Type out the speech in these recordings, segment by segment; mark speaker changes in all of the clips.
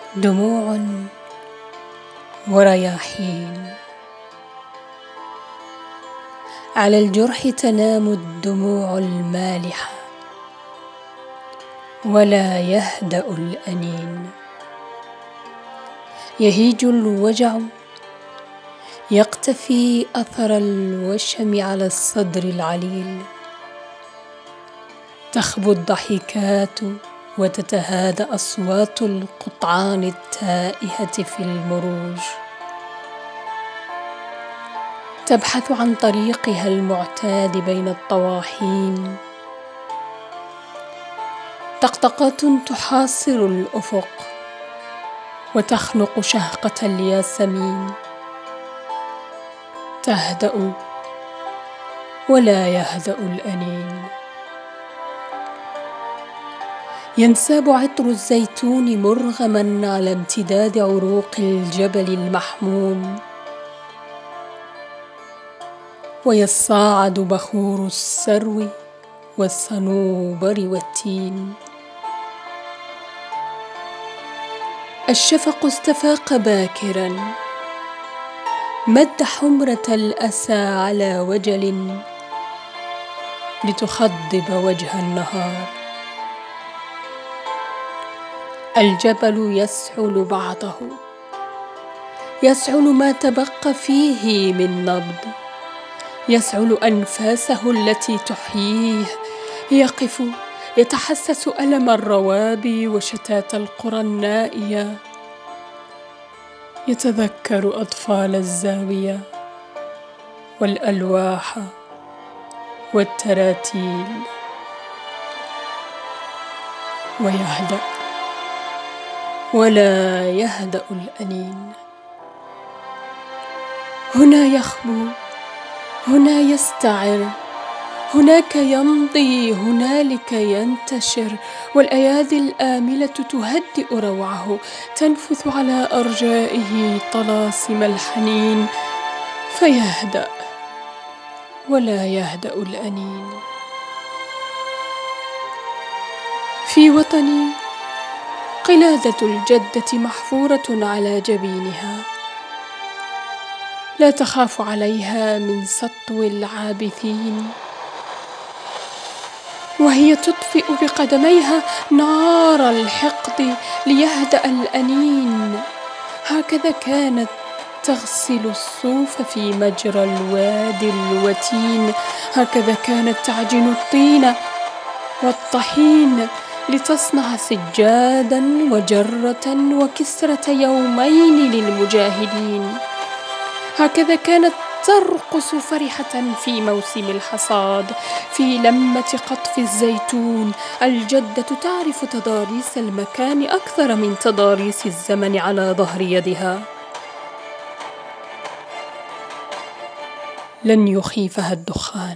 Speaker 1: دموع ورياحين. على الجرح تنام الدموع المالحة ولا يهدأ الأنين. يهيج الوجع يقتفي أثر الوشم على الصدر العليل. تخبو الضحكات وتتهادأ أصوات القطعان التائهة في المروج. تبحث عن طريقها المعتاد بين الطواحين. طقطقات تحاصر الأفق وتخنق شهقة الياسمين. تهدأ ولا يهدأ الأنين. ينساب عطر الزيتون مرغما على امتداد عروق الجبل المحموم. ويصاعد بخور السرو والصنوبر والتين. الشفق استفاق باكرا مد حمرة الأسى على وجل لتخضب وجه النهار. الجبل يسعل بعضه، يسعل ما تبقى فيه من نبض، يسعل أنفاسه التي تحييه. يقف يتحسس ألم الروابي وشتات القرى النائية. يتذكر أطفال الزاوية والألواح والتراتيل. ويهدأ ولا يهدأ الأنين. هنا يخبو، هنا يستعر، هناك يمضي، هنالك ينتشر. والأيادي الآملة تهدئ روعه، تنفث على أرجائه طلاسم الحنين. فيهدأ ولا يهدأ الأنين. في وطني قلادة الجدة محفورة على جبينها. لا تخاف عليها من سطو العابثين، وهي تطفئ بقدميها نار الحقد ليهدأ الأنين. هكذا كانت تغسل الصوف في مجرى الوادي الوتين. هكذا كانت تعجن الطين والطحين لتصنع سجادا وجرة وكسرة يومين للمجاهدين. هكذا كانت ترقص فرحة في موسم الحصاد، في لمة قطف الزيتون. الجدة تعرف تضاريس المكان أكثر من تضاريس الزمن على ظهر يدها. لن يخيفها الدخان،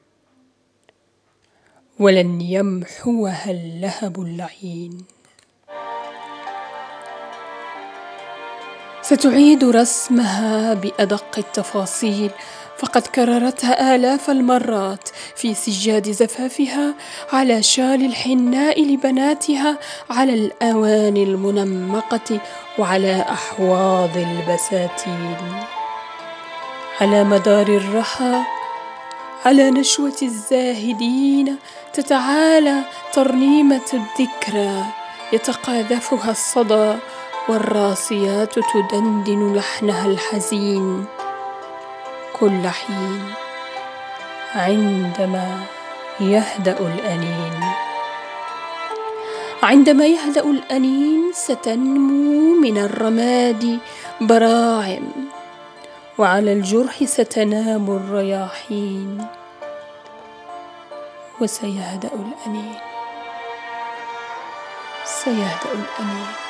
Speaker 1: ولن يمحوها اللهب اللعين. ستعيد رسمها بأدق التفاصيل، فقد كررتها آلاف المرات في سجاد زفافها، على شال الحناء لبناتها، على الأواني المنمقة، وعلى أحواض البساتين. على مدار الرحى، على نشوة الزاهدين، تتعالى ترنيمة الذكرى، يتقاذفها الصدى، والراسيات تدندن لحنها الحزين كل حين. عندما يهدأ الأنين، عندما يهدأ الأنين ستنمو من الرماد براعم، وعلى الجرح ستنام الرياحين. وسيهدأ الأنين، سيهدأ الأنين.